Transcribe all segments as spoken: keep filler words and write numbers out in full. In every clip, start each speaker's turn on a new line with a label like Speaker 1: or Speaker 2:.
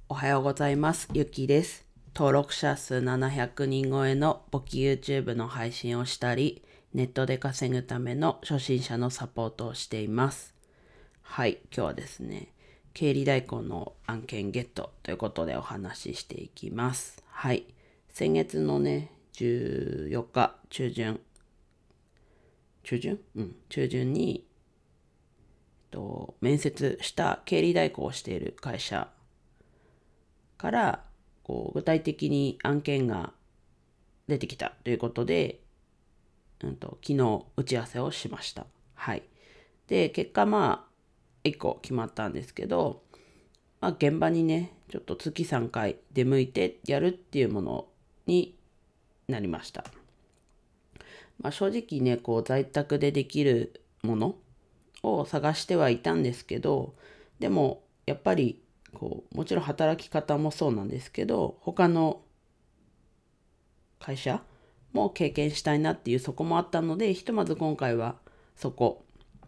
Speaker 1: おはようございます。ゆきです。登録者数ななひゃくにん超えの簿記 YouTube の配信をしたり、ネットで稼ぐための初心者のサポートをしています。はい、今日はですね、経理代行の案件ゲットということでお話ししていきます。はい、先月のね、じゅうよっか中旬、中旬うん、中旬に、と面接した経理代行をしている会社からこう具体的に案件が出てきたということで、うんと、昨日打ち合わせをしました。はい。で、結果まあ、いっこ決まったんですけど、まあ、現場にね、ちょっと月さんかい出向いてやるっていうものになりました。まあ、正直ね、こう在宅でできるものを探してはいたんですけど、でもやっぱりこうもちろん働き方もそうなんですけど、他の会社も経験したいなっていうそこもあったので、ひとまず今回はそこ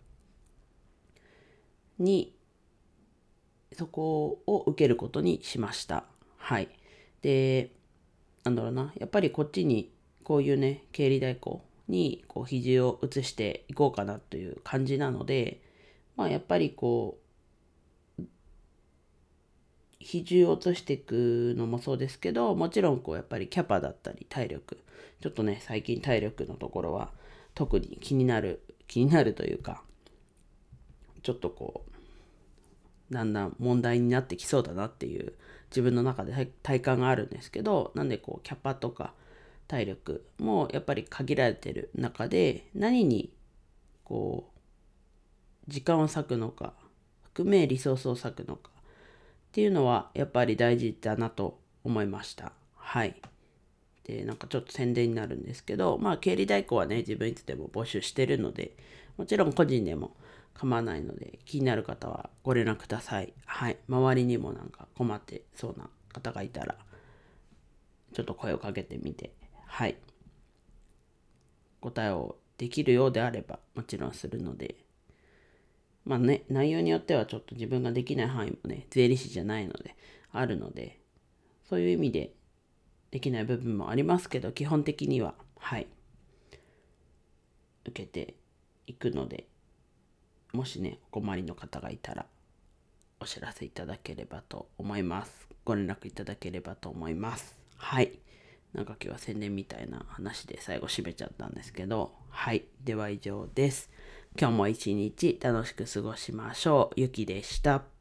Speaker 1: にそこを受けることにしました。はい。で、なんだろうな、やっぱりこっちにこういうね、経理代行にこう比重を移していこうかなという感じなので、まあやっぱりこう比重を移していくのもそうですけど、もちろんこうやっぱりキャパだったり体力、ちょっとね最近体力のところは特に気になる気になるというか、ちょっとこうだんだん問題になってきそうだなっていう自分の中で体感があるんですけど、なんでこうキャパとか体力もやっぱり限られてる中で、何にこう時間を割くのか含めリソースを割くのかっていうのはやっぱり大事だなと思いました。はい。で、なんかちょっと宣伝になるんですけど、まあ経理代行はね、自分いつでも募集してるので、もちろん個人でも構わないので、気になる方はご連絡ください。はい。周りにもなんか困ってそうな方がいたら、ちょっと声をかけてみて、はい。答えをできるようであれば、もちろんするので、まあね、内容によってはちょっと自分ができない範囲もね、税理士じゃないので、あるので、そういう意味でできない部分もありますけど、基本的には、はい、受けていくので、もしね、お困りの方がいたら、お知らせいただければと思います。ご連絡いただければと思います。はい。なんか今日は宣伝みたいな話で最後締めちゃったんですけど、はい。では以上です。今日も一日楽しく過ごしましょう。ゆきでした。